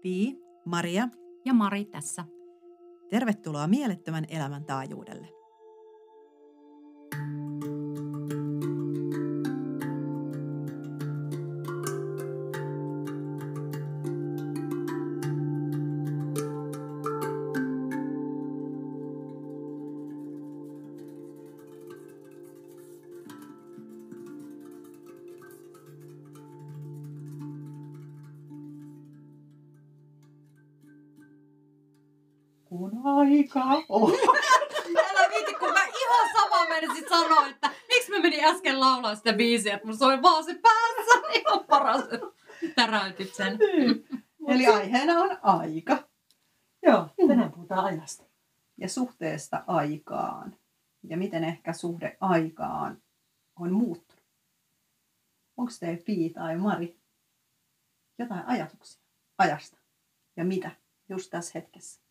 Pii, Maria ja Mari tässä. Tervetuloa mielettömän elämän taajuudelle. Kun aika on. Älä viiti, kun mä ihan sama menisin sanoa, että miksi mä menin äsken laulaa sitä biisiä, että mulla soi vaan se päässä. Ihan paras. Täräytit sen. Eli aiheena on aika. Joo, tänään puhutaan ajasta. Ja suhteesta aikaan. Ja miten ehkä suhde aikaan on muuttunut. Onko teillä Pii tai Mari jotain ajatuksia ajasta? Ja mitä just tässä hetkessä?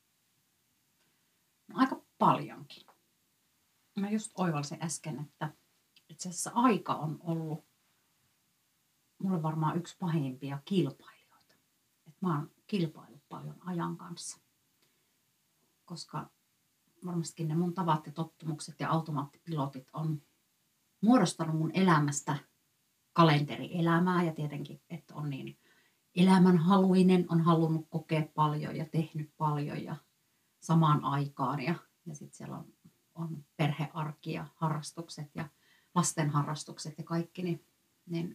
Aika paljonkin. Mä just oivalsin äsken, että itse asiassa aika on ollut mulle varmaan yksi pahimpia kilpailijoita. Et mä oon kilpaillut paljon ajan kanssa. Koska varmastikin ne mun tavat ja tottumukset ja automaattipilotit on muodostanut mun elämästä kalenterielämää. Ja tietenkin, että on niin elämänhaluinen, on halunnut kokea paljon ja tehnyt paljon ja samaan aikaan. Ja sitten siellä on perhearki ja harrastukset ja lasten harrastukset ja kaikki. Niin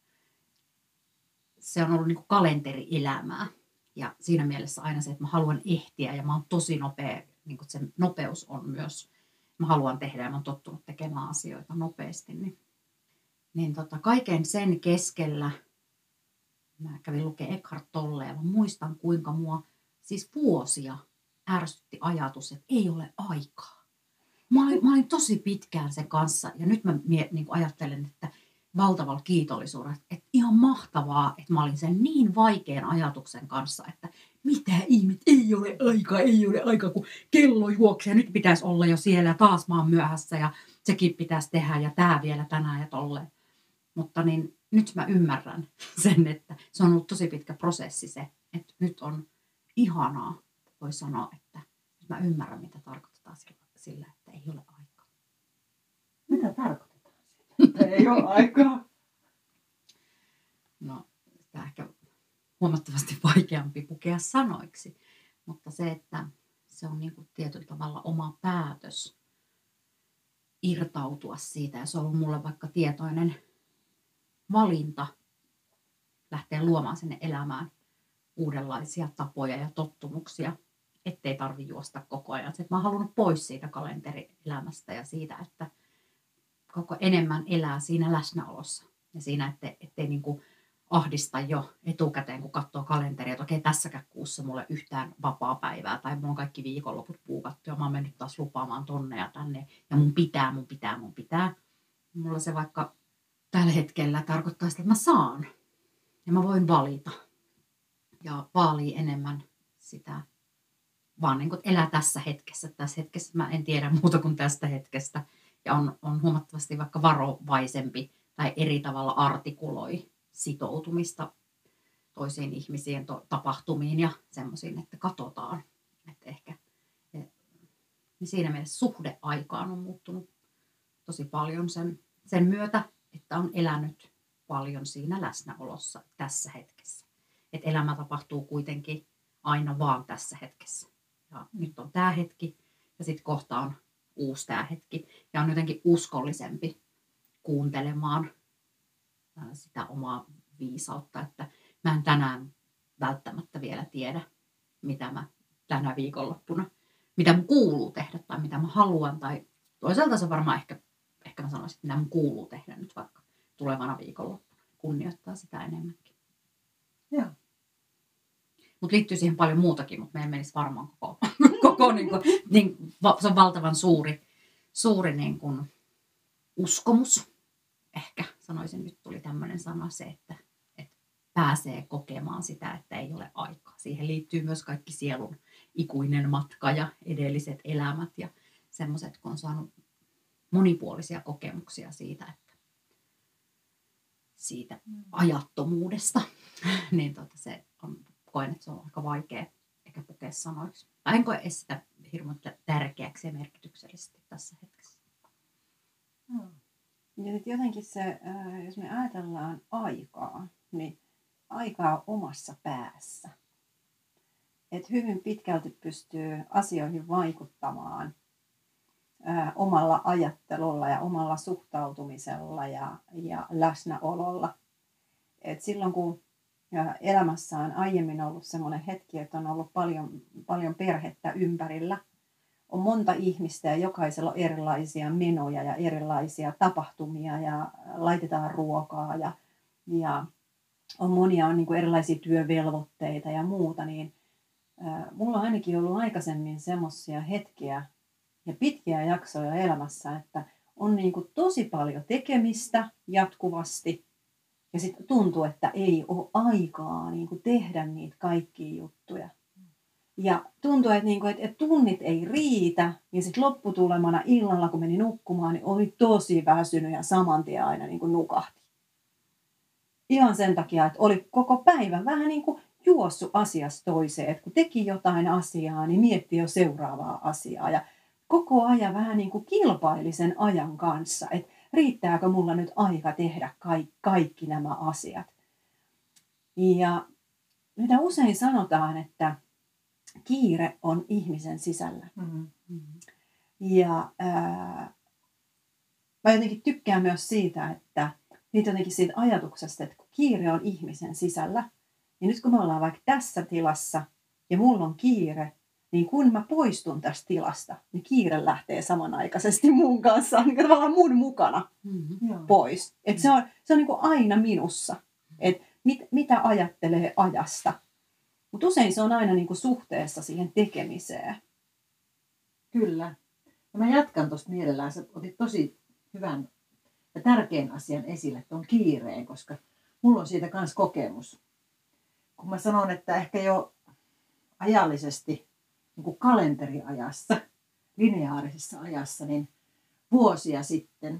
se on ollut niin kuin kalenterielämää. Ja siinä mielessä aina se, että mä haluan ehtiä ja mä oon tosi nopea, niin kuin se nopeus on myös, mä haluan tehdä ja mä oon tottunut tekemään asioita nopeasti. Niin kaiken sen keskellä mä kävin lukemaan Eckhart Tolleen ja mä muistan kuinka mua siis vuosia ärsytti ajatus, että ei ole aikaa. Mä olin tosi pitkään sen kanssa ja nyt mä niin kuin ajattelen, että valtavalla kiitollisuudella, että ihan mahtavaa, että mä olin sen niin vaikean ajatuksen kanssa, että mitä ihmet, ei ole aika, kun kello juoksee, nyt pitäisi olla jo siellä ja taas mä oon myöhässä ja sekin pitäisi tehdä ja tää vielä tänään ja tolleen. Mutta niin, nyt mä ymmärrän sen, että se on ollut tosi pitkä prosessi se, että nyt on ihanaa, voi sanoa, että mä ymmärrän, mitä tarkoitetaan sillä, että ei ole aikaa. Mitä tarkoitetaan sillä? Ei ole aikaa. No, sitä ehkä huomattavasti vaikeampi pukea sanoiksi, mutta se, että se on niin kuin tietyllä tavalla oma päätös irtautua siitä ja se on ollut mulle vaikka tietoinen valinta lähteä luomaan sinne elämään uudenlaisia tapoja ja tottumuksia, ettei tarvitse juosta koko ajan. Se, että mä oon halunnut pois siitä kalenterielämästä ja siitä, että koko enemmän elää siinä läsnäolossa ja siinä, ettei niin kuin ahdista jo etukäteen, kun katsoo kalenteria, että okei, tässäkään kuussa mulle yhtään vapaa-päivää tai mulla on kaikki viikonloput puukattu ja mä oon mennyt taas lupaamaan tonne ja tänne ja mun pitää. Mulla se vaikka tällä hetkellä tarkoittaa sitä, että mä saan ja mä voin valita ja vaalii enemmän sitä, vaan niin kuin elää tässä hetkessä. Tässä hetkessä mä en tiedä muuta kuin tästä hetkestä ja on huomattavasti vaikka varovaisempi tai eri tavalla artikuloi sitoutumista toisiin ihmisiin, tapahtumiin ja semmoisiin, että katsotaan. Että ehkä niin siinä mielessä suhdeaikaan on muuttunut tosi paljon sen myötä, että on elänyt paljon siinä läsnäolossa tässä hetkessä. Että elämä tapahtuu kuitenkin aina vaan tässä hetkessä. Ja nyt on tämä hetki ja sitten kohta on uusi tämä hetki. Ja on jotenkin uskollisempi kuuntelemaan sitä omaa viisautta, että mä en tänään välttämättä vielä tiedä, mitä mä tänä viikonloppuna, mitä mun kuuluu tehdä tai mitä mä haluan. Tai toisaalta se varmaan ehkä mä sanoisin, että mitä mun kuuluu tehdä nyt vaikka tulevana viikonloppuna. Kunnioittaa sitä enemmänkin. Joo. Mutta liittyy siihen paljon muutakin, mutta meidän menisi varmaan koko se on valtavan suuri niin kuin uskomus. Ehkä sanoisin, nyt tuli tämmöinen sana se, että pääsee kokemaan sitä, että ei ole aikaa. Siihen liittyy myös kaikki sielun ikuinen matka ja edelliset elämät ja semmoiset, kun on saanut monipuolisia kokemuksia siitä ajattomuudesta, niin se on koen, että se on aika vaikea ehkä pukea sanoiksi. Tai en koe edes sitä hirveän tärkeäksi ja merkityksellisesti tässä hetkessä. Ja sitten jotenkin se, jos me ajatellaan aikaa, niin aikaa on omassa päässä. Et hyvin pitkälti pystyy asioihin vaikuttamaan omalla ajattelulla ja omalla suhtautumisella ja läsnäololla. Et silloin kun elämässä on aiemmin ollut semmoinen hetki, että on ollut paljon perhettä ympärillä, on monta ihmistä ja jokaisella on erilaisia menoja ja erilaisia tapahtumia ja laitetaan ruokaa ja on monia niin kuin erilaisia työvelvoitteita ja muuta, niin mulla on ainakin ollut aikaisemmin semmoisia hetkiä ja pitkiä jaksoja elämässä, että on niin kuin tosi paljon tekemistä jatkuvasti ja sitten tuntuu, että ei ole aikaa niin kuin tehdä niitä kaikkia juttuja. Ja tuntuu, että tunnit ei riitä ja sitten lopputulemana illalla, kun meni nukkumaan, niin oli tosi väsynyt ja saman tien aina niin kuin nukahti. Ihan sen takia, että oli koko päivän vähän niin kuin juossut asiasta toiseen. Että kun teki jotain asiaa, niin mietti jo seuraavaa asiaa. Ja koko ajan vähän niin kuin kilpaili sen ajan kanssa, että riittääkö mulla nyt aika tehdä kaikki nämä asiat. Ja mitä usein sanotaan, että kiire on ihmisen sisällä. Ja mä jotenkin tykkään myös siitä, että jotenkin siitä ajatuksesta, että kun kiire on ihmisen sisällä, niin nyt kun me ollaan vaikka tässä tilassa ja mulla on kiire, niin kun mä poistun tästä tilasta, niin kiire lähtee samanaikaisesti mun kanssa, niin tavallaan mun mukana pois. Että se on niin kuin aina minussa, että mitä ajattelee ajasta. Mutta usein se on aina niin kuin suhteessa siihen tekemiseen. Kyllä. Ja mä jatkan tuosta mielellään. Sä otit tosi hyvän ja tärkeän asian esille, tuon kiireen, koska mulla on siitä myös kokemus. Kun mä sanon, että ehkä jo ajallisesti, niin kuin kalenteriajassa, lineaarisessa ajassa, niin vuosia sitten,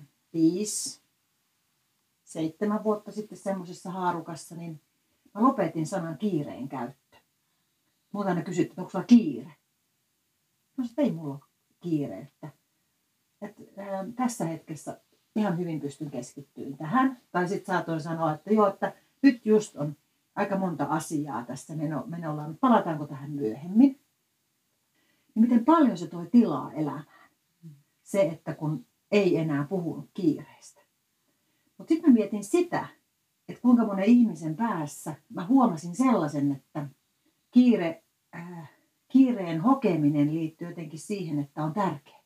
7 vuotta sitten semmoisessa haarukassa, niin mä lopetin sanan kiireen käyttö. Muuta aina kysyttiin, että onko sulla kiire? No sitten ei mulla ole kiire. Että tässä hetkessä ihan hyvin pystyn keskittymään tähän. Tai sitten saatoin sanoa, että joo, että nyt just on aika monta asiaa tässä menolla. Palataanko tähän myöhemmin? Niin miten paljon se toi tilaa elämään? Se, että kun ei enää puhunut kiireistä. Mutta sitten mä mietin sitä, että kuinka monen ihmisen päässä mä huomasin sellaisen, että kiireen hokeminen liittyy jotenkin siihen, että on tärkeä.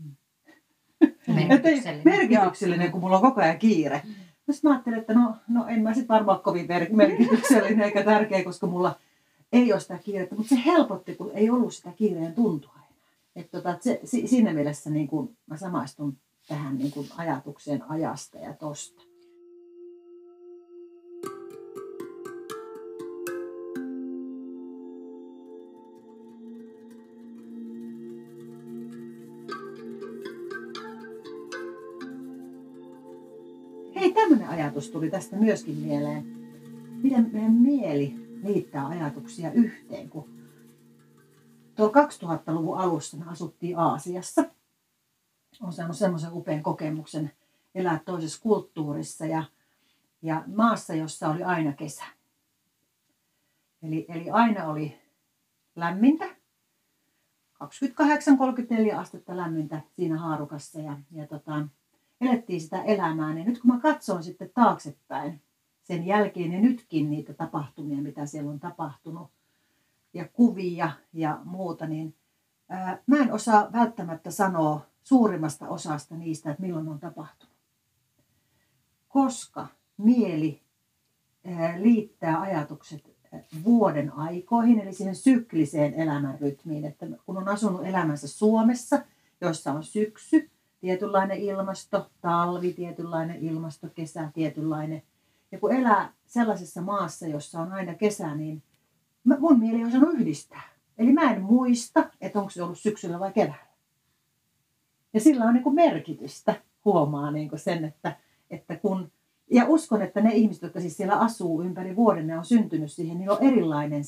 Merkityksellinen, kun mulla on koko ajan kiire. Sitten mä ajattelin, että no en mä sitten varmaan kovin merkityksellinen eikä tärkeä, koska mulla ei ole sitä kiirettä. Mutta se helpotti, kun ei ollut sitä kiireen tuntua enää. Siinä mielessä niin kun mä samaistun tähän niin kun ajatukseen ajasta ja tosta. Hei, tämmöinen ajatus tuli tästä myöskin mieleen. Miten meidän mieli liittää ajatuksia yhteen, kun tuolla 2000-luvun alussa me asuttiin Aasiassa. Olen saanut semmoisen upean kokemuksen elää toisessa kulttuurissa ja maassa, jossa oli aina kesä. Eli aina oli lämmintä, 28-34 astetta lämmintä siinä haarukassa ja elettiin sitä elämää. Ja nyt kun mä katson sitten taaksepäin sen jälkeen ja nytkin niitä tapahtumia, mitä siellä on tapahtunut ja kuvia ja muuta, niin mä en osaa välttämättä sanoa suurimmasta osasta niistä, että milloin on tapahtunut. Koska mieli liittää ajatukset vuoden aikoihin, eli siihen sykliseen elämänrytmiin. Että kun on asunut elämänsä Suomessa, jossa on syksy, tietynlainen ilmasto, talvi, tietynlainen ilmasto, kesä, tietynlainen. Ja kun elää sellaisessa maassa, jossa on aina kesä, niin mun mieli on osannut yhdistää. Eli mä en muista, että onko se ollut syksyllä vai keväällä. Ja sillä on niin kuin merkitystä, huomaa niin kuin sen, että kun... Ja uskon, että ne ihmiset, jotka siis siellä asuu ympäri vuoden, ne on syntynyt siihen, niin on erilainen se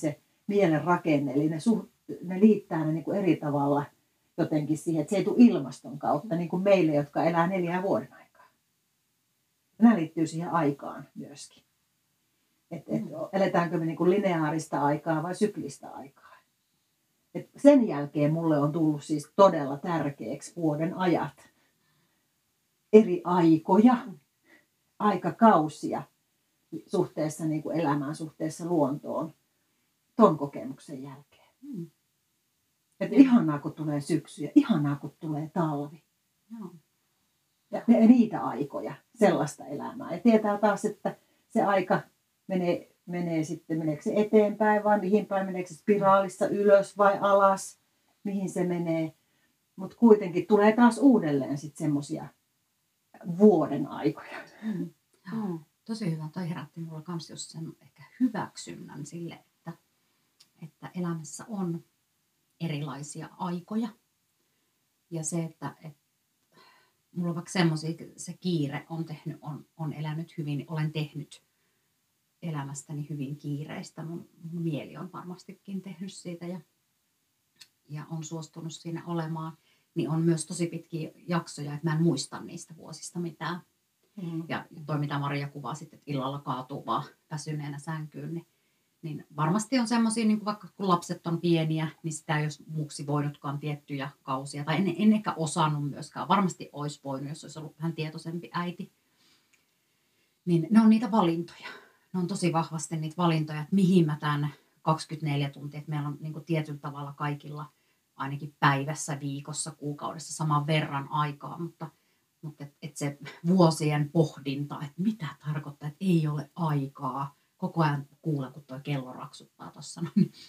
mielen rakenne, eli ne liittää ne niin kuin eri tavalla jotenkin siihen, että se ei tule ilmaston kautta, niin kuin meille, jotka elää 4 vuoden aikaa. Ja nämä liittyy siihen aikaan myöskin. Eletäänkö me niin kuin lineaarista aikaa vai syklistä aikaa. Et sen jälkeen mulle on tullut siis todella tärkeäksi vuoden ajat. Eri aikoja, aikakausia suhteessa niin kuin elämään, suhteessa luontoon ton kokemuksen jälkeen. Että ihanaa, kun tulee syksy ja ihanaa, kun tulee talvi. Joo. Ja niitä aikoja, sellaista elämää. Ja tietää taas, että se aika menee sitten, meneekö se eteenpäin vai mihin päin, meneekö se spiraalissa ylös vai alas, mihin se menee. Mutta kuitenkin tulee taas uudelleen sitten semmoisia vuoden aikoja. Tosi hyvä. Toi herätti mulla kans just sen ehkä hyväksynnän sille, että elämässä on erilaisia aikoja. Ja se, että mulla on vaikka semmoisia, se kiire on elänyt hyvin, olen tehnyt elämästäni hyvin kiireistä. Mun mieli on varmastikin tehnyt siitä ja on suostunut siinä olemaan. Niin on myös tosi pitkiä jaksoja, että mä en muista niistä vuosista mitään. Ja toi mitä Maria kuvasi, että illalla kaatuu vaan väsyneenä sänkyyn, niin varmasti on semmoisia, niin vaikka kun lapset on pieniä, niin sitä ei olisi muuksi voinutkaan tiettyjä kausia. Tai en ehkä osannut myöskään. Varmasti olisi voinut, jos olisi ollut vähän tietoisempi äiti. Niin ne on niitä valintoja. Ne on tosi vahvasti niitä valintoja, että mihin mä tämän 24 tuntia, että meillä on niin kuin tietyllä tavalla kaikilla ainakin päivässä, viikossa, kuukaudessa saman verran aikaa, mutta et se vuosien pohdinta, että mitä tarkoittaa, että ei ole aikaa, koko ajan kuulee, kun tuo kello raksuttaa tuossa,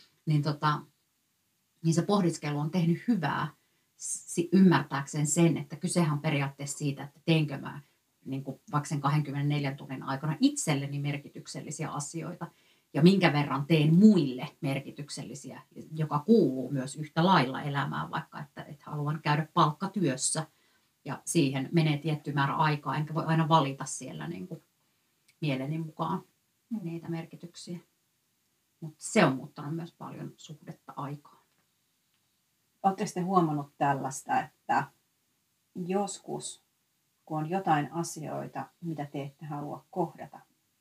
niin se pohdiskelu on tehnyt hyvää ymmärtääkseen sen, että kysehän on periaatteessa siitä, että teenkö mä niin kuin vaikka sen 24 tunnin aikana itselleni merkityksellisiä asioita ja minkä verran teen muille merkityksellisiä, joka kuuluu myös yhtä lailla elämään, vaikka että haluan käydä palkkatyössä ja siihen menee tietty määrä aikaa, enkä voi aina valita siellä niin kuin mieleni mukaan niitä merkityksiä. Mutta se on muuttanut myös paljon suhdetta aikaan. Oletteko te huomannut tällaista, että joskus, kun on jotain asioita, mitä te ette halua kohdata,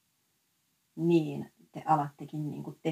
niin te alattekin niin kuin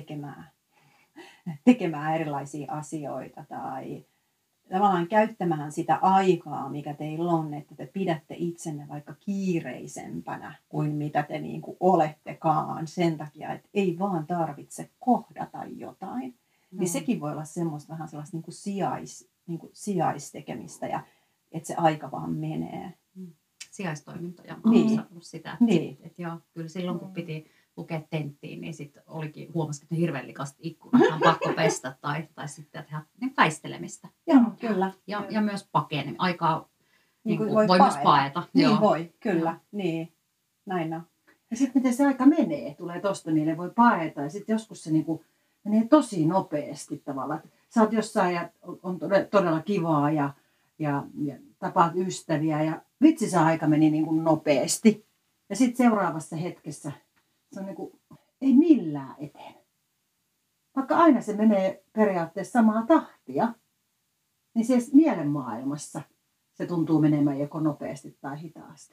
tekemään erilaisia asioita tai tavallaan käyttämään sitä aikaa, mikä teillä on, että te pidätte itsenne vaikka kiireisempänä kuin mitä te niin kuin olettekaan sen takia, että ei vaan tarvitse kohdata jotain. Niin sekin voi olla semmoista vähän sellaista niin kuin sijaistekemistä ja että se aika vaan menee. Sijaistoimintoja. Niin. Sitä. Niin. Et joo, kyllä silloin kun piti lukea tenttiin, niin sitten huomasi, että hirveän likaiset ikkunat on pakko pestä tai sitten tehdä väistelemistä. Joo, kyllä. Ja myös pakenemista. Aikaa niin kuin voi myös paeta. Niin joo. voi, kyllä. Niin. Näin on. Ja sitten miten se aika menee, tulee tosta, niille voi paeta ja sitten joskus se niinku menee tosi nopeasti tavallaan. Sä oot jossain ja on todella kivaa ja tapaat ystäviä ja vitsi se aika meni niin kuin nopeasti. Ja sitten seuraavassa hetkessä se on niin kuin, ei millään eteen. Vaikka aina se menee periaatteessa samaa tahtia, niin siellä mielenmaailmassa se tuntuu menemään joko nopeasti tai hitaasti.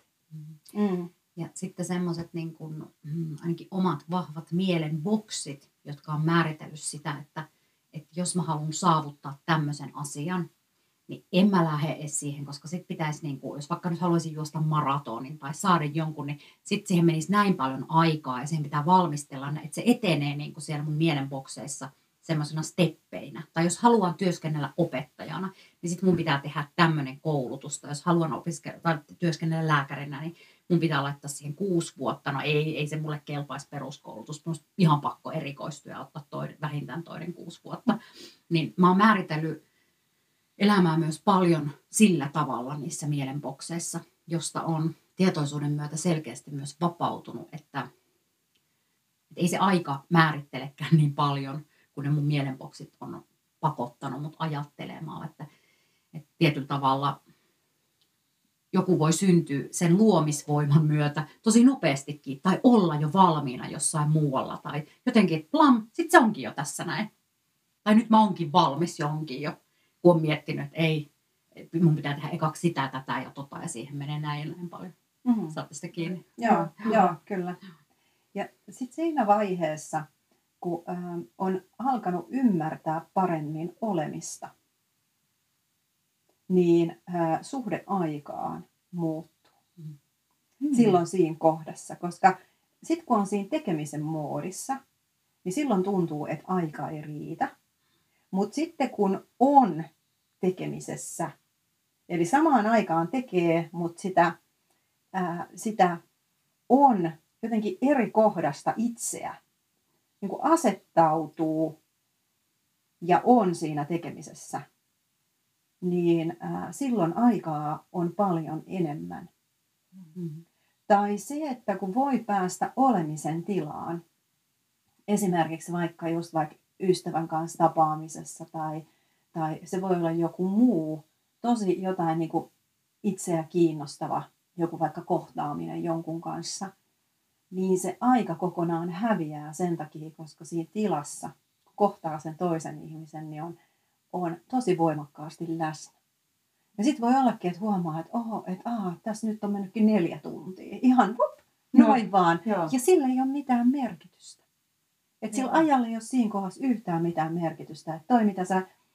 Ja sitten semmoiset niin kuin, ainakin omat vahvat mielenboksit, jotka on määritellyt sitä, että jos mä haluan saavuttaa tämmöisen asian, niin en mä lähde edes siihen, koska sitten pitäisi, niin kuin, jos vaikka nyt haluaisin juosta maratonin tai saada jonkun, niin sitten siihen menisi näin paljon aikaa ja siihen pitää valmistella, että se etenee niin kuin siellä mun mielenbokseissa semmoisena steppeinä. Tai jos haluan työskennellä opettajana, niin sitten mun pitää tehdä tämmöinen koulutus. Tai jos haluan työskennellä lääkärinä, niin mun pitää laittaa siihen 6 vuotta. No ei se mulle kelpaisi peruskoulutus. Mun on ihan pakko erikoistua ja ottaa vähintään toinen 6 vuotta. Niin mä oon määritellyt elämää myös paljon sillä tavalla niissä mielenbokseissa, josta on tietoisuuden myötä selkeästi myös vapautunut, että ei se aika määrittelekään niin paljon, kun ne mun mielenboksit on pakottanut mut ajattelemaan, että tietyllä tavalla joku voi syntyä sen luomisvoiman myötä tosi nopeastikin tai olla jo valmiina jossain muualla tai jotenkin plam, sit se onkin jo tässä näin. Tai nyt mä oonkin valmis johonkin jo, kun on miettinyt, että ei, mun pitää tehdä ekaksi sitä, tätä ja tota, ja siihen menee näin paljon. Saatte sitä kiinni. Joo, kyllä. Ja sitten siinä vaiheessa, kun on alkanut ymmärtää paremmin olemista, niin suhde aikaan muuttuu. Silloin siinä kohdassa, koska sitten kun on siinä tekemisen moodissa, niin silloin tuntuu, että aika ei riitä. Mutta sitten kun on tekemisessä, eli samaan aikaan tekee, mutta sitä on jotenkin eri kohdasta itseä, niin kuin asettautuu ja on siinä tekemisessä, niin silloin aikaa on paljon enemmän. Tai se, että kun voi päästä olemisen tilaan, esimerkiksi vaikka ystävän kanssa tapaamisessa tai se voi olla joku muu, tosi jotain niin kuin itseä kiinnostava, joku vaikka kohtaaminen jonkun kanssa, niin se aika kokonaan häviää sen takia, koska siinä tilassa, kun kohtaa sen toisen ihmisen, niin on tosi voimakkaasti läsnä. Ja sitten voi ollakin, että huomaa, että tässä nyt on mennytkin 4 tuntia. Ihan noin vaan. Joo. Ja sillä ei ole mitään merkitystä. Että sillä ajalla ei ole siinä kohdassa yhtään mitään merkitystä. Että toi, mitä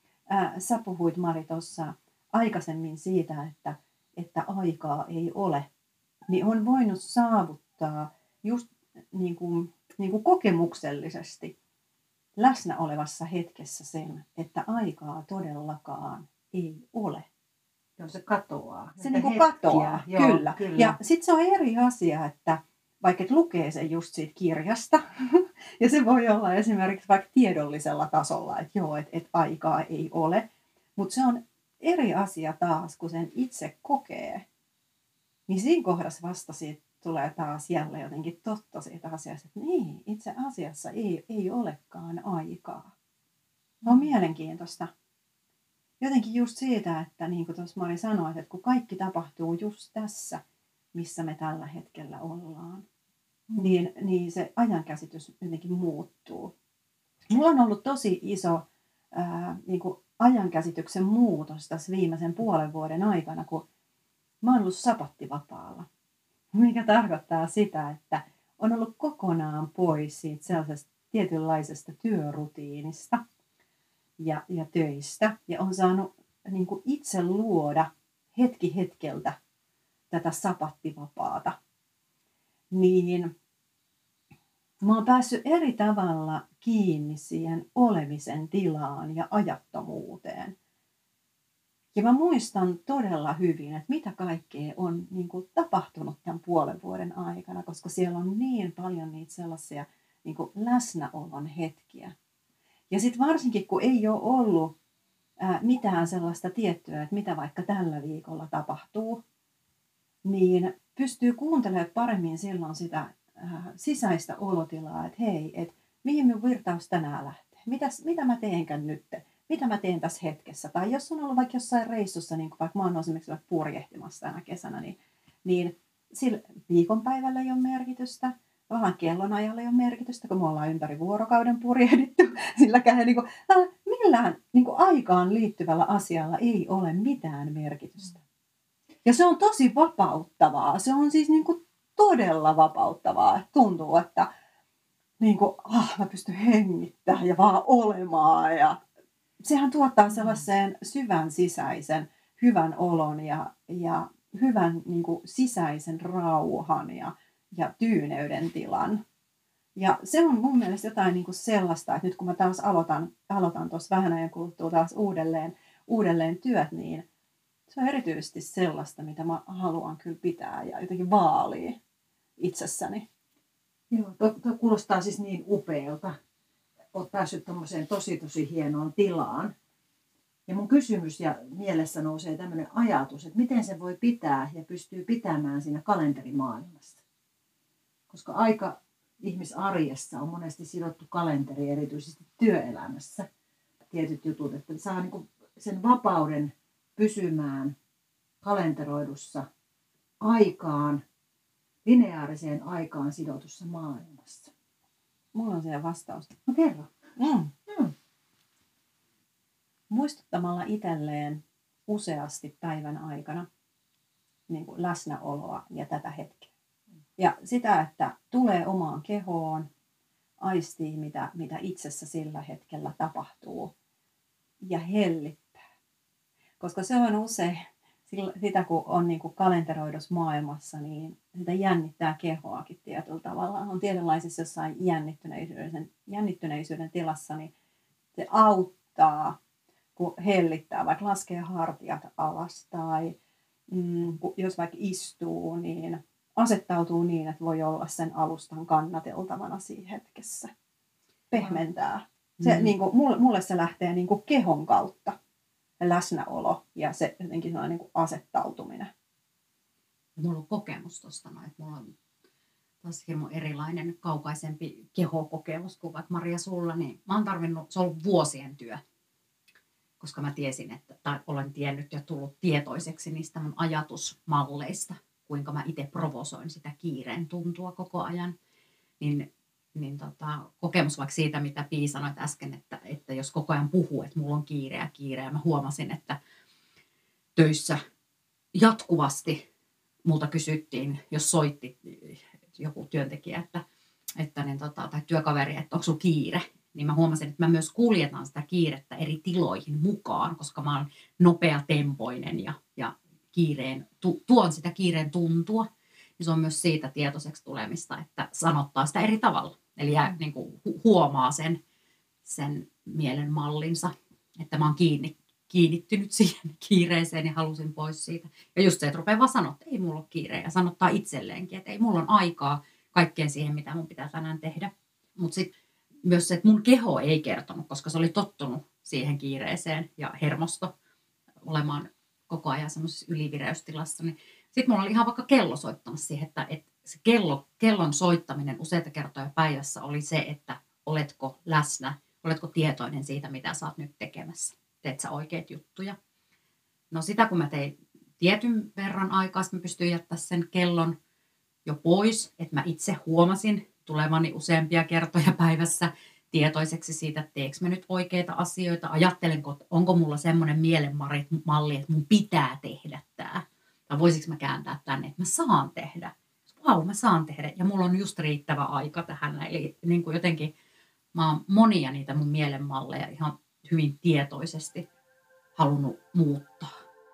sä puhuit, Mari, tuossa aikaisemmin siitä, että aikaa ei ole, niin on voinut saavuttaa just niin kuin kokemuksellisesti läsnä olevassa hetkessä sen, että aikaa todellakaan ei ole. Joo, se katoaa. Se niin kuin katoaa, joo, kyllä. Ja sitten se on eri asia, että vaikka et lukee sen just siitä kirjasta, ja se voi olla esimerkiksi vaikka tiedollisella tasolla, että joo, että aikaa ei ole, mutta se on eri asia taas, kun sen itse kokee, niin siinä kohdassa vasta siitä tulee taas jälleen jotenkin totta siitä asiasta, että niin, itse asiassa ei olekaan aikaa. On mielenkiintoista. Jotenkin just siitä, että niin kuin tuossa Mari sanoi, että kun kaikki tapahtuu just missä me tällä hetkellä ollaan, niin se ajankäsitys jotenkin muuttuu. Mulla on ollut tosi iso niin kuin ajankäsityksen muutos tässä viimeisen puolen vuoden aikana, kun mä oon ollut sapattivapaalla. Mikä tarkoittaa sitä, että on ollut kokonaan pois siitä sellaisesta tietynlaisesta työrutiinista ja töistä. Ja on saanut niin kuin itse luoda hetki hetkeltä tätä sapattivapaata. Niin mä oon päässyt eri tavalla kiinni siihen olemisen tilaan ja ajattomuuteen. Ja mä muistan todella hyvin, että mitä kaikkea on niin kuin tapahtunut tämän puolen vuoden aikana, koska siellä on niin paljon niitä sellaisia niin kuin läsnäolon hetkiä. Ja sitten varsinkin, kun ei ole ollut mitään sellaista tiettyä, että mitä vaikka tällä viikolla tapahtuu, niin pystyy kuuntelemaan paremmin silloin sitä sisäistä olotilaa, että hei, että mihin minun virtaus tänään lähtee, mitä mä teenkään nyt, mitä mä teen tässä hetkessä. Tai jos on ollut vaikka jossain reissussa, niin kuin vaikka mä oon esimerkiksi purjehtimassa tänä kesänä, niin sillä viikonpäivällä ei ole merkitystä, vähän kellonajalla ei ole merkitystä, kun me ollaan ympäri vuorokauden purjehdittu. Silläkään millään niin kuin aikaan liittyvällä asialla ei ole mitään merkitystä. Ja se on tosi vapauttavaa. Se on siis niin kuin todella vapauttavaa. Että tuntuu, että niin kuin, mä pystyn hengittämään ja vaan olemaan. Ja sehän tuottaa sellaiseen syvän sisäisen hyvän olon ja hyvän niin kuin sisäisen rauhan ja tyyneyden tilan. Ja se on mun mielestä jotain niin kuin sellaista, että nyt kun mä taas aloitan tuossa vähän ajan kuluttua taas uudelleen työt, niin se on erityisesti sellaista, mitä mä haluan kyllä pitää ja jotenkin vaalia itsessäni. Joo, tuo kuulostaa siis niin upealta. Olet päässyt tommoseen tosi hienoon tilaan. Ja mun kysymys ja mielessä nousee tämmöinen ajatus, että miten se voi pitää ja pystyy pitämään siinä kalenterimaailmassa. Koska aika ihmisarjessa on monesti sidottu kalenteri, erityisesti työelämässä. Tietyt jutut, että saa niinku sen vapauden pysymään kalenteroidussa aikaan, lineaariseen aikaan sidotussa maailmassa. Mulla on siihen vastaus. No kerro. muistuttamalla itselleen useasti päivän aikana niin kuin läsnäoloa ja tätä hetkeä. Ja sitä, että tulee omaan kehoon, aistii mitä itsessä sillä hetkellä tapahtuu ja hellittää. Koska se on usein, sitä kun on niin kuin kalenteroidussa maailmassa, niin sitä jännittää kehoakin tietyllä tavalla. On tietynlaisessa jossain jännittyneisyyden tilassa, niin se auttaa, kun hellittää, vaikka laskee hartiat alas tai jos vaikka istuu, niin asettautuu niin, että voi olla sen alustan kannateltavana siinä hetkessä. Pehmentää. Se, niin kuin, mulle se lähtee niin kuin kehon kautta, läsnäolo ja se jotenkin niin kuin asettautuminen. Mulla on kokemus tuosta, että mulla on taas hirmu erilainen, kaukaisempi kehokokemus kuin vaikka Maria sulla, niin mä oon tarvinnut, se on ollut vuosien työ, koska mä tiesin, tai olen tiennyt ja tullut tietoiseksi niistä mun ajatusmalleista, kuinka mä itse provosoin sitä kiireen tuntua koko ajan, niin kokemus vaikka siitä, mitä Pii sanoit äsken, että jos koko ajan puhuu, että mulla on kiire, ja mä huomasin, että töissä jatkuvasti multa kysyttiin, jos soitti joku työntekijä, tai työkaveri, että onko sulla kiire, niin mä huomasin, että mä myös kuljetan sitä kiirettä eri tiloihin mukaan, koska mä oon nopeatempoinen ja tuon sitä kiireen tuntua. Ja se on myös siitä tietoiseksi tulemista, että sanottaa sitä eri tavalla. Eli niin kuin huomaa sen mielen mallinsa, että mä oon kiinnittynyt siihen kiireeseen ja halusin pois siitä. Ja just se, että rupeaa vaan sanoa, että ei mulla ole kiire. Ja sanottaa itselleenkin, että ei mulla on aikaa kaikkeen siihen, mitä mun pitää tänään tehdä. Mutta sitten myös se, että mun keho ei kertonut, koska se oli tottunut siihen kiireeseen ja hermosto olemaan koko ajan semmoisessa ylivireystilassa. Niin sitten mulla oli ihan vaikka kello soittamassa siihen, että se kellon soittaminen useita kertoja päivässä oli se, että oletko läsnä, oletko tietoinen siitä, mitä sä oot nyt tekemässä. Teet sä oikeat juttuja. No sitä kun mä tein tietyn verran aikaa, mä pystyin jättämään sen kellon jo pois, että mä itse huomasin tulevani useampia kertoja päivässä tietoiseksi siitä, että teekö mä nyt oikeita asioita, ajattelenko, onko mulla semmoinen mielenmalli, että mun pitää tehdä tämä. Tai voisiko mä kääntää tänne, että mä saan tehdä. Mä saan tehdä ja mulla on just riittävä aika tähän. Eli niin kuin jotenkin mä oon monia niitä mun mielenmalleja ihan hyvin tietoisesti halunnut muuttaa.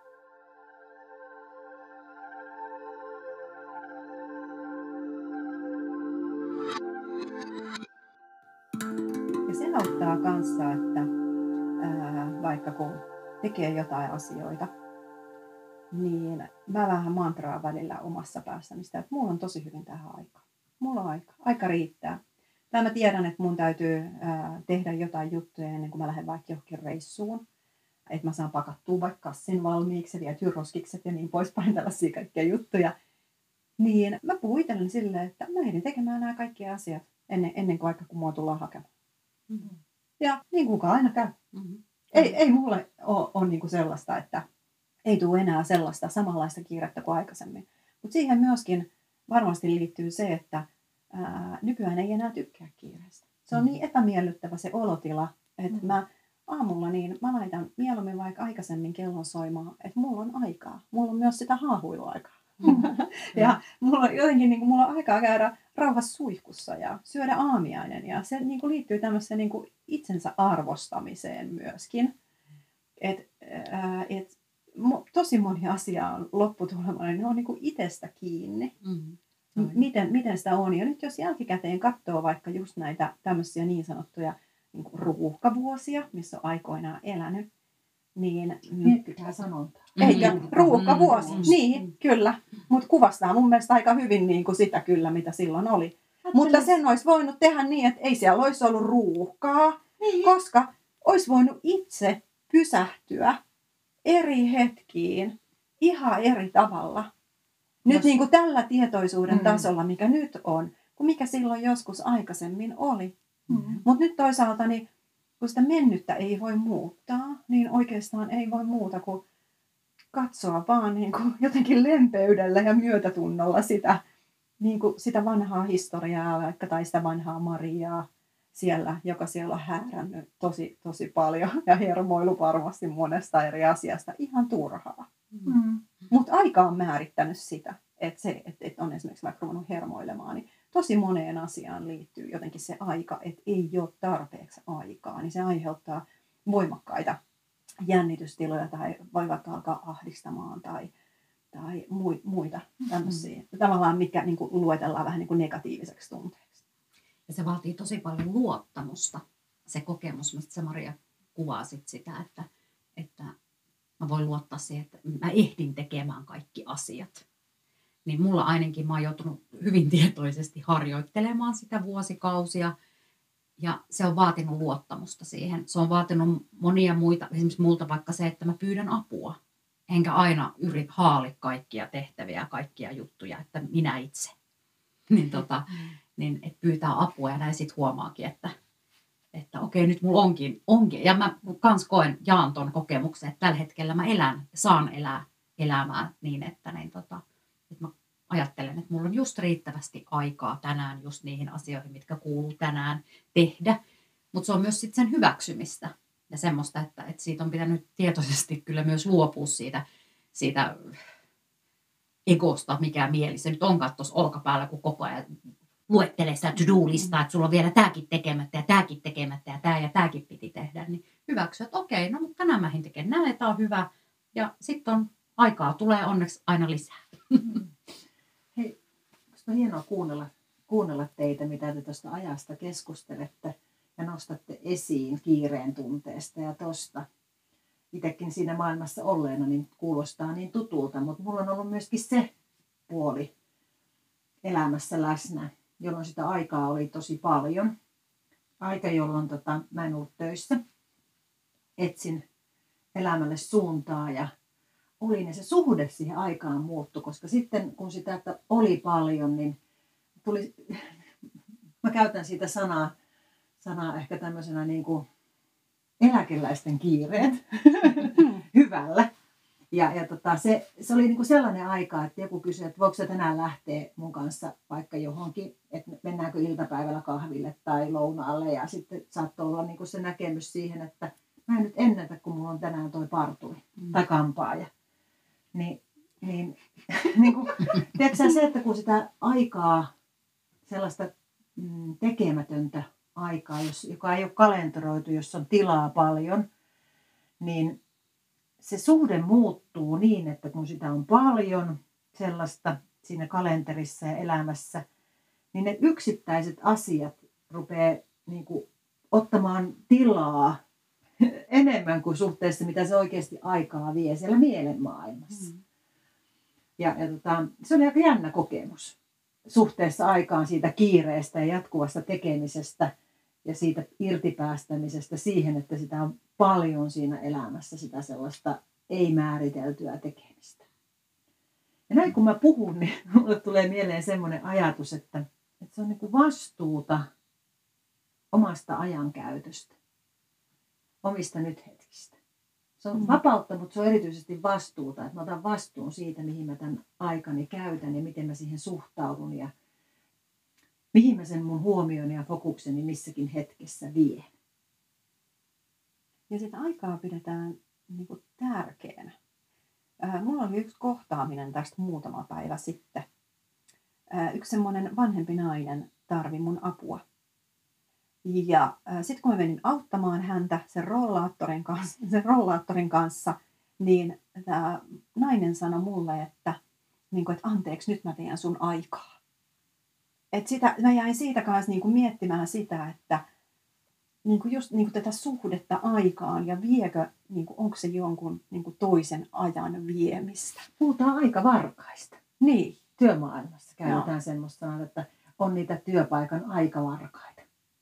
Ja se auttaa kanssa, että vaikka kun tekee jotain asioita, niin mä vähän mantraa välillä omassa päässäni sitä, että mulla on tosi hyvin tähän aikaa. Mulla on aika. Aika riittää. Tai mä tiedän, että mun täytyy tehdä jotain juttuja ennen kuin mä lähden vaikka johonkin reissuun. Että mä saan pakattua vaikka kassin valmiiksi ja vietyä roskikset ja niin poispäin, tällaisia kaikkia juttuja. Niin mä puhun itselleni silleen, että mä ehdin tekemään nämä kaikki asiat ennen kuin aika kun mua tullaan hakemaan. Mm-hmm. Ja niin kukaan aina käy. Mm-hmm. Ei mulle ole niinku sellaista, että ei tule enää sellaista samanlaista kiirettä kuin aikaisemmin. Mutta siihen myöskin varmasti liittyy se, että nykyään ei enää tykkää kiireestä. Se on niin epämiellyttävä se olotila, että mä aamulla niin mä laitan mieluummin vaikka aikaisemmin kellon soimaan, että mulla on aikaa. Mulla on myös sitä haahuiluaikaa. Ja mulla on jotenkin niin kuin, mulla on aikaa käydä rauhassa suihkussa ja syödä aamiainen. Ja se niin kuin, liittyy tämmöiseen niin kuin itsensä arvostamiseen myöskin. Tosi moni asia on lopputulemana, ne on niin kuin itsestä kiinni. Miten sitä on. Ja nyt jos jälkikäteen katsoo vaikka just näitä tämmöisiä niin sanottuja niin kuin ruuhkavuosia, missä on aikoinaan elänyt, niin miettikää sanontaa. Eikä ruuhkavuosi. Niin, kyllä. Mutta kuvastaa mun mielestä aika hyvin niin kuin sitä kyllä, mitä silloin oli. Mutta sen olisi voinut tehdä niin, että ei siellä olisi ollut ruuhkaa, koska olisi voinut itse pysähtyä eri hetkiin ihan eri tavalla. Nyt niin kuin tällä tietoisuuden tasolla, mikä nyt on, kuin mikä silloin joskus aikaisemmin oli. Mutta nyt toisaalta, niin, kun sitä mennyttä ei voi muuttaa, niin oikeastaan ei voi muuta kuin katsoa vaan niin kuin jotenkin lempeydellä ja myötätunnolla sitä, niin kuin sitä vanhaa historiaa vaikka, tai sitä vanhaa Mariaa, joka siellä on häärännyt tosi paljon ja hermoilu varmasti monesta eri asiasta. Ihan turhaa. Mutta aika on määrittänyt sitä, että on esimerkiksi vaikka ruvennut hermoilemaan, niin tosi moneen asiaan liittyy jotenkin se aika, että ei ole tarpeeksi aikaa, niin se aiheuttaa voimakkaita jännitystiloja tai voi vaikka alkaa ahdistamaan tai muita tämmöisiä. Tavallaan mikä niin kuin luetellaan vähän niin kuin negatiiviseksi tunteeksi. Ja se vaatii tosi paljon luottamusta, se kokemus, mistä sä Maria kuvasit sitä, että mä voin luottaa siihen, että mä ehdin tekemään kaikki asiat. Niin mulla ainakin mä oon joutunut hyvin tietoisesti harjoittelemaan sitä vuosikausia. Ja se on vaatinut luottamusta siihen. Se on vaatinut monia muita, esimerkiksi multa vaikka se, että mä pyydän apua. Enkä aina haali kaikkia tehtäviä, kaikkia juttuja, että minä itse. Niin että pyytää apua ja näin sitten huomaakin, että okei, nyt mulla onkin. Ja mä kans jaan ton kokemuksen, että tällä hetkellä mä saan elää elämää niin, että mä ajattelen, että mulla on just riittävästi aikaa tänään just niihin asioihin, mitkä kuuluu tänään tehdä. Mutta se on myös sitten sen hyväksymistä ja semmoista, että siitä on pitänyt tietoisesti kyllä myös luopua siitä egosta, mikä mieli se nyt onkaan tuossa olkapäällä, kun koko ajan luettelee sitä to-do-listaa, että sulla on vielä tämäkin tekemättä ja tämäkin piti tehdä. Niin hyväksyä, että okei, no mutta tänään mä tekemään näin, tämä on hyvä. Ja sitten aikaa tulee onneksi aina lisää. Hei, on hienoa kuunnella teitä, mitä te tuosta ajasta keskustelette ja nostatte esiin kiireen tunteesta ja tuosta. Itsekin siinä maailmassa olleena niin kuulostaa niin tutulta, mutta mulla on ollut myöskin se puoli elämässä läsnä, jolloin sitä aikaa oli tosi paljon. Aika, jolloin mä en ollut töissä. Etsin elämälle suuntaa ja oli niin se suhde siihen aikaan muuttui, koska sitten kun sitä että oli paljon, niin mä käytän siitä sanaa ehkä tämmöisenä niin kuin eläkeläisten kiireet hyvällä. Ja se oli niin kuin sellainen aika, että joku kysyi, että voiko sä tänään lähteä mun kanssa vaikka johonkin, että mennäänkö iltapäivällä kahville tai lounaalle. Ja sitten saattoi olla niin kuin se näkemys siihen, että mä en nyt ennätä, kun mulla on tänään toi parturi tai kampaaja. Niin kuin, tiedätkö se, että kun sitä aikaa, sellaista tekemätöntä aikaa, joka ei ole kalenteroitu, jos on tilaa paljon, niin se suhde muuttuu niin, että kun sitä on paljon sellaista siinä kalenterissa ja elämässä, niin ne yksittäiset asiat rupeaa niin kuin ottamaan tilaa enemmän kuin suhteessa, mitä se oikeasti aikaa vie siellä mielenmaailmassa. Ja se oli aika jännä kokemus suhteessa aikaan siitä kiireestä ja jatkuvasta tekemisestä ja siitä irtipäästämisestä siihen, että sitä on paljon siinä elämässä, sitä sellaista ei-määriteltyä tekemistä. Ja näin kun mä puhun, niin mulle tulee mieleen semmoinen ajatus, että se on niin kuin vastuuta omasta ajankäytöstä, omista nythetkistä. Se on vapautta, mutta se on erityisesti vastuuta, että mä otan vastuun siitä, mihin mä tämän aikani käytän ja miten mä siihen suhtaudun ja mihin mä sen mun huomioni ja fokukseni missäkin hetkessä vien. Ja sitä aikaa pidetään niin kuin tärkeänä. Mulla oli yksi kohtaaminen tästä muutama päivä sitten. Yksi semmoinen vanhempi nainen tarvi mun apua. Ja sitten kun mä menin auttamaan häntä sen rollaattorin kanssa, niin tämä nainen sanoi mulle, että anteeksi, nyt mä teen sun aikaa. Mä jäin siitä kanssa miettimään sitä, että just tätä suhdetta aikaan ja viekö, onko se jonkun toisen ajan viemistä. Puhutaan aikavarkaista. Niin. Työmaailmassa käytetään semmoista sanaa, että on niitä työpaikan aikavarkaita.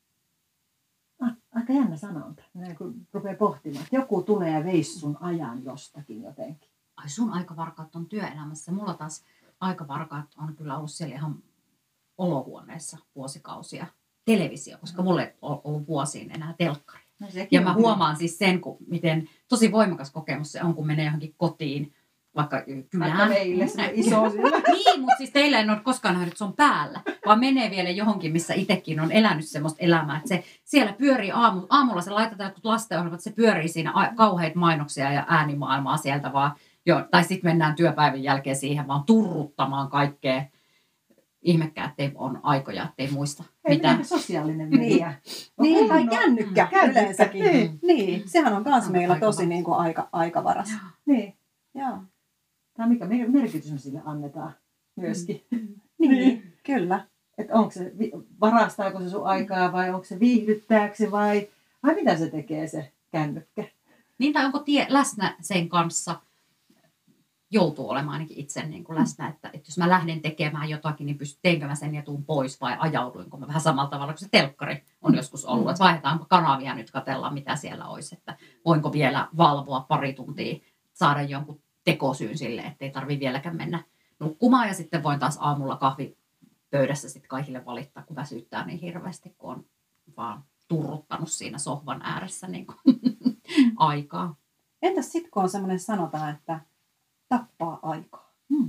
Aika jännä sanonta, kun rupeaa pohtimaan, että joku tulee ja veisi sun ajan jostakin jotenkin. Ai sun aikavarkaat on työelämässä. Mulla taas aikavarkaat on kyllä ollut siellä ihan olohuoneessa vuosikausia. Televisio, koska mulla ei ole ollut vuosiin enää telkkari. No, ja mä huomaan siis sen, miten tosi voimakas kokemus se on, kun menee johonkin kotiin vaikka Vaikka kylään. meille se iso siellä. Niin, mutta siis teillä en ole koskaan nähnyt, että se on päällä, vaan menee vielä johonkin, missä itsekin on elänyt semmoista elämää. Että se siellä pyörii aamulla, se laitetaan jotkut lastenohjelmat, että se pyörii siinä kauheita mainoksia ja äänimaailmaa sieltä vaan. Tai sitten mennään työpäivän jälkeen siihen vaan turruttamaan kaikkea. Ihmekään, ettei on aikoja, ettei muista Ei mitään. miten sosiaalinen media. Niin, tai kännykkä Kännykkä, yleensäkin. niin. Niin, sehän on myös On meillä aika tosi varas. niin kuin aikavaras. Niin. Joo. Tai mikä merkitys me sille annetaan myöskin. Niin, kyllä. Että onko se, varastaako se sun aikaa vai onko se viihdyttääksi vai mitä se tekee se kännykkä? Niin, tai onko läsnä sen kanssa, joutuu olemaan ainakin itse niin kuin läsnä, että jos mä lähden tekemään jotakin, niin teenkö mä sen ja tuun pois vai ajauduinko mä vähän samalla tavalla kuin se telkkari on joskus ollut, että vaihdetaanpa kanavia nyt, katsellaan mitä siellä olisi, että voinko vielä valvoa pari tuntia, saada jonkun tekosyyn sille, ettei tarvitse vieläkään mennä nukkumaan ja sitten voin taas aamulla kahvipöydässä sitten kaikille valittaa, kun väsyttää niin hirveästi, kun on vaan turruttanut siinä sohvan ääressä niin kuin aikaa. Entäs sitten, kun on semmoinen sanotaan, että tappaa aikaa?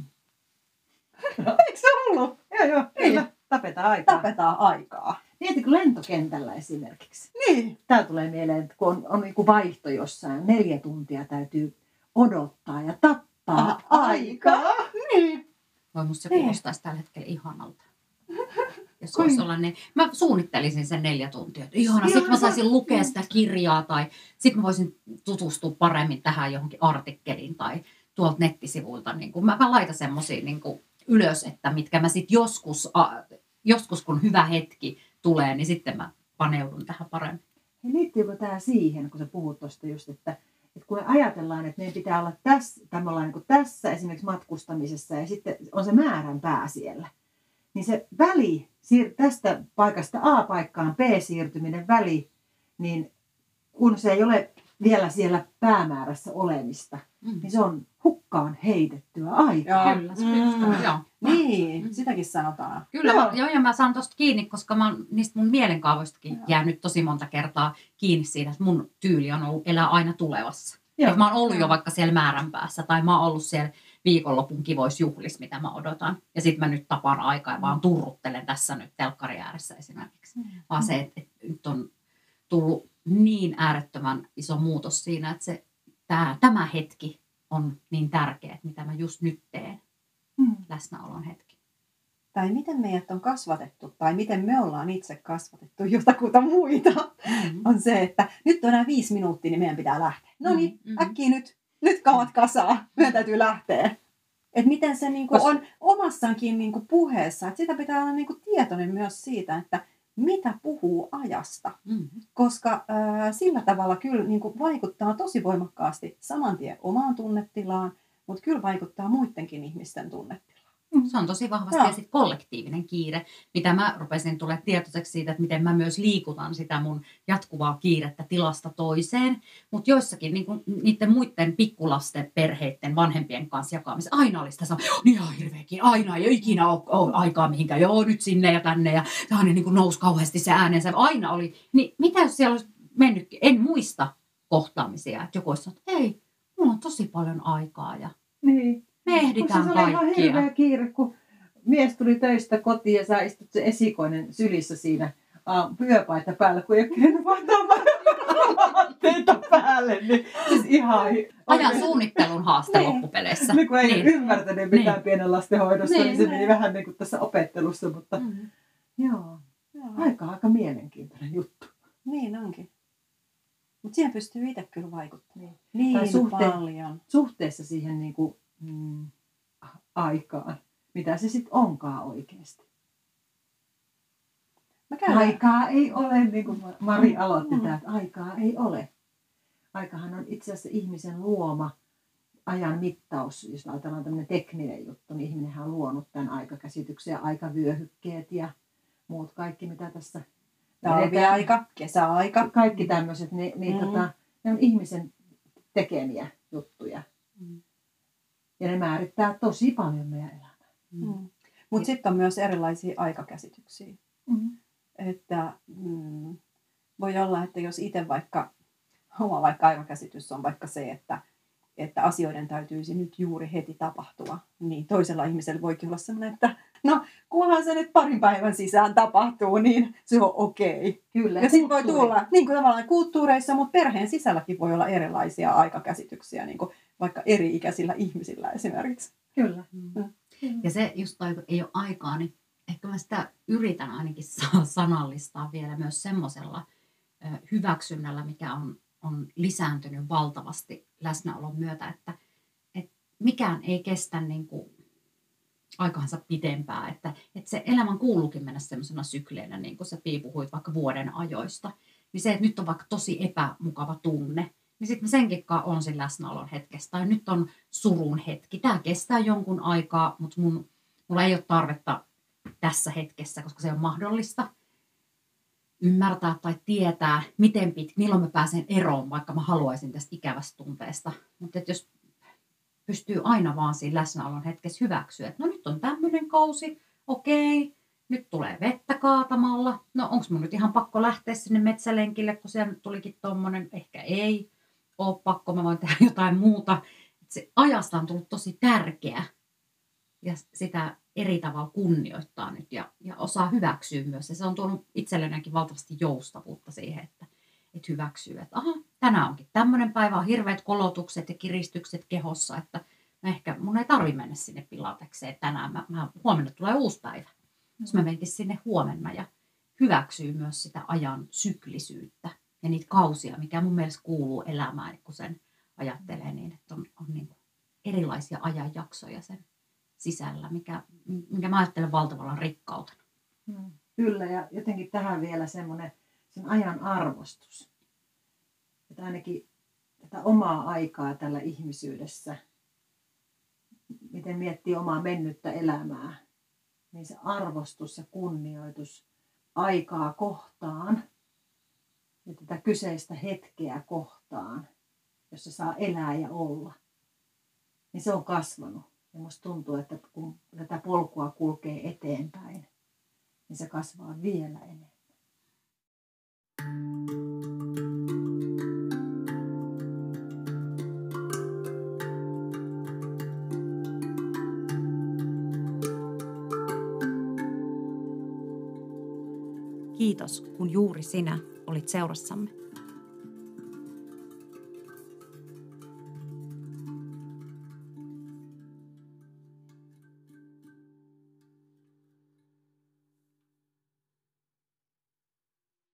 Eikö se ollut? Joo, kyllä. Tapetaan aikaa. Tapetaan aikaa. Mieti, kun lentokentällä esimerkiksi. Niin. Tämä tulee mieleen, että kun on niin kuin vaihto jossain, 4 tuntia täytyy odottaa ja tappaa aikaa. Niin. Voi musta se kuulostaisi tällä hetkellä ihanalta. Jos voisi olla niin. Mä suunnittelisin sen 4 tuntia. Että ihana, sitten mä saisin lukea sitä kirjaa tai sitten mä voisin tutustua paremmin tähän johonkin artikkeliin tai tuolta nettisivuilta. Niin kun mä laitan semmosia niin kun ylös, että mitkä mä sitten joskus kun hyvä hetki tulee, niin sitten mä paneudun tähän paremmin. Liittyykö tämä siihen, kun sä puhut tuosta just, että kun me ajatellaan, että meidän pitää olla tässä, tai me ollaan niin kuin tässä esimerkiksi matkustamisessa ja sitten on se määränpää siellä, niin se väli, tästä paikasta A-paikkaan B-siirtyminen väli, niin kun se ei ole vielä siellä päämäärässä olemista, niin se on hukkaan heitettyä aikaa. Kyllä, se pystyy, joo. Niin, sitäkin sanotaan. Kyllä, joo, ja mä saan tosta kiinni, koska mä oon niistä mun mielenkaavoistakin jäänyt tosi monta kertaa kiinni siitä, että mun tyyli on ollut elää aina tulevassa. Että mä oon ollut jo vaikka siellä määränpäässä, tai mä oon ollut siellä viikonlopun kivoissa juhlissa, mitä mä odotan. Ja sit mä nyt tapaan aikaa ja vaan turruttelen tässä nyt telkkari ääressä esimerkiksi. Vaan se, että nyt on tullut niin äärettömän iso muutos siinä, että tämä hetki on niin tärkeä, että mitä mä just nyt teen. Läsnäolon hetki. Tai miten meidät on kasvatettu, tai miten me ollaan itse kasvatettu jotakuta muita, on se, että nyt on enää 5 minuuttia, niin meidän pitää lähteä. No niin, äkkiä nyt kamat kasaa, meidän täytyy lähteä. Että miten se niinku on omassakin niinku puheessa, että sitä pitää olla niinku tietoinen myös siitä, että mitä puhuu ajasta. Koska sillä tavalla kyllä niinku vaikuttaa tosi voimakkaasti saman tien omaan tunnetilaan, mutta kyllä vaikuttaa muidenkin ihmisten tunnetilaan. Se on tosi vahvasti ja sitten kollektiivinen kiire, mitä mä rupesin tulemaan tietoiseksi siitä, että miten mä myös liikutan sitä mun jatkuvaa kiirettä tilasta toiseen. Mutta joissakin niiden muiden pikkulasten perheiden vanhempien kanssa jakamisessa aina oli sitä niin ihan hirveäkin, aina ei ikinä ole aikaa mihinkään, joo nyt sinne ja tänne ja tämä niin nousi kauheasti se äänensä. Aina oli, niin mitä jos siellä olisi mennytkin, en muista kohtaamisia, että joku olisi sanonut, että ei, mulla on tosi paljon aikaa ja Niin. me ehditään Se oli ihan kaikkia. hirveä kiire, kun mies tuli töistä kotiin ja sä istut se esikoinen sylissä siinä vyöpaita päällä, kun ei ole kerennyt vaihtaa vaatteita päälle. Niin, siis ihan Ajan suunnittelun haaste loppupeleissä. Niin kun ei Niin. ymmärtänyt mitään pienen lasten hoidosta, niin se Niin. meni vähän niin kuin tässä opettelussa, mutta joo, aika mielenkiintoinen juttu. Niin onkin. Mutta siihen pystyy itse kyllä vaikuttamaan. Tai Niin paljon. Suhteessa siihen niin kuin, aikaan, mitä se sitten onkaan oikeasti. Aikaa ei ole, niin kuin Mari aloitti tämä, että aikaa ei ole. Aikahan on itse asiassa ihmisen luoma ajan mittaus, jos ajatellaan tämmöinen tekninen juttu, niin ihminenhän on luonut tämän aikakäsityksen ja aikavyöhykkeet ja muut kaikki, mitä tässä Talviaika, kesäaika. kaikki tämmöiset, ne on ihmisen tekemiä juttuja. Ja ne määrittää tosi paljon meidän elämää. Mutta sitten on myös erilaisia aikakäsityksiä. Että voi olla, että jos itse vaikka, oma vaikka aikakäsitys on vaikka se, että että asioiden täytyisi nyt juuri heti tapahtua, niin toisella ihmisellä voikin olla sellainen, että no kunhan se nyt parin päivän sisään tapahtuu, niin se on okei. Kyllä. Ja sitten voi tulla, niin kuin tavallaan kulttuureissa, mutta perheen sisälläkin voi olla erilaisia aikakäsityksiä, niin kuin vaikka eri-ikäisillä ihmisillä esimerkiksi. Kyllä. Ja se just toi, kun ei ole aikaa, niin ehkä mä sitä yritän ainakin sanallistaa vielä myös semmoisella hyväksynnällä, mikä on lisääntynyt valtavasti läsnäolon myötä, että mikään ei kestä niin kuin aikaansa pitempään, että se elämän kuuluukin mennä semmoisena sykleinä, niin kuin sä Pii puhuit vaikka vuoden ajoista, niin se, että nyt on vaikka tosi epämukava tunne, niin sitten senkin on siinä läsnäolon hetkessä, tai nyt on surun hetki, tämä kestää jonkun aikaa, mutta mulla ei ole tarvetta tässä hetkessä, koska se on mahdollista ymmärtää tai tietää, milloin mä pääsen eroon, vaikka mä haluaisin tästä ikävästä tunteesta. Mutta jos pystyy aina vaan siinä läsnäolon hetkessä hyväksyä, että no nyt on tämmöinen kausi, okei, nyt tulee vettä kaatamalla. No onko mun nyt ihan pakko lähteä sinne metsälenkille, kun siellä tulikin tommonen, ehkä ei ole pakko, mä voin tehdä jotain muuta. Et se ajasta on tullut tosi tärkeä ja sitä eri tavalla kunnioittaa nyt ja osaa hyväksyä myös. Ja se on tuonut itsellenäkin valtavasti joustavuutta siihen, että hyväksyy, että aha, tänään onkin tämmöinen päivä, on hirveät kolotukset ja kiristykset kehossa, että ehkä mun ei tarvitse mennä sinne pilatekseen tänään, huomenna tulee uusi päivä. Jos mä menenkin sinne huomenna ja hyväksyy myös sitä ajan syklisyyttä ja niitä kausia, mikä mun mielestä kuuluu elämään, kun sen ajattelee niin, että on niin kuin erilaisia ajanjaksoja sen sisällä, minkä mä ajattelen valtavalla rikkautena. Kyllä, ja jotenkin tähän vielä semmoinen sen ajan arvostus. Että ainakin tätä omaa aikaa tällä ihmisyydessä, miten miettii omaa mennyttä elämää, niin se arvostus ja kunnioitus aikaa kohtaan ja tätä kyseistä hetkeä kohtaan, jossa saa elää ja olla, niin se on kasvanut. Ja musta tuntuu, että kun tätä polkua kulkee eteenpäin, niin se kasvaa vielä enemmän. Kiitos, kun juuri sinä olit seurassamme.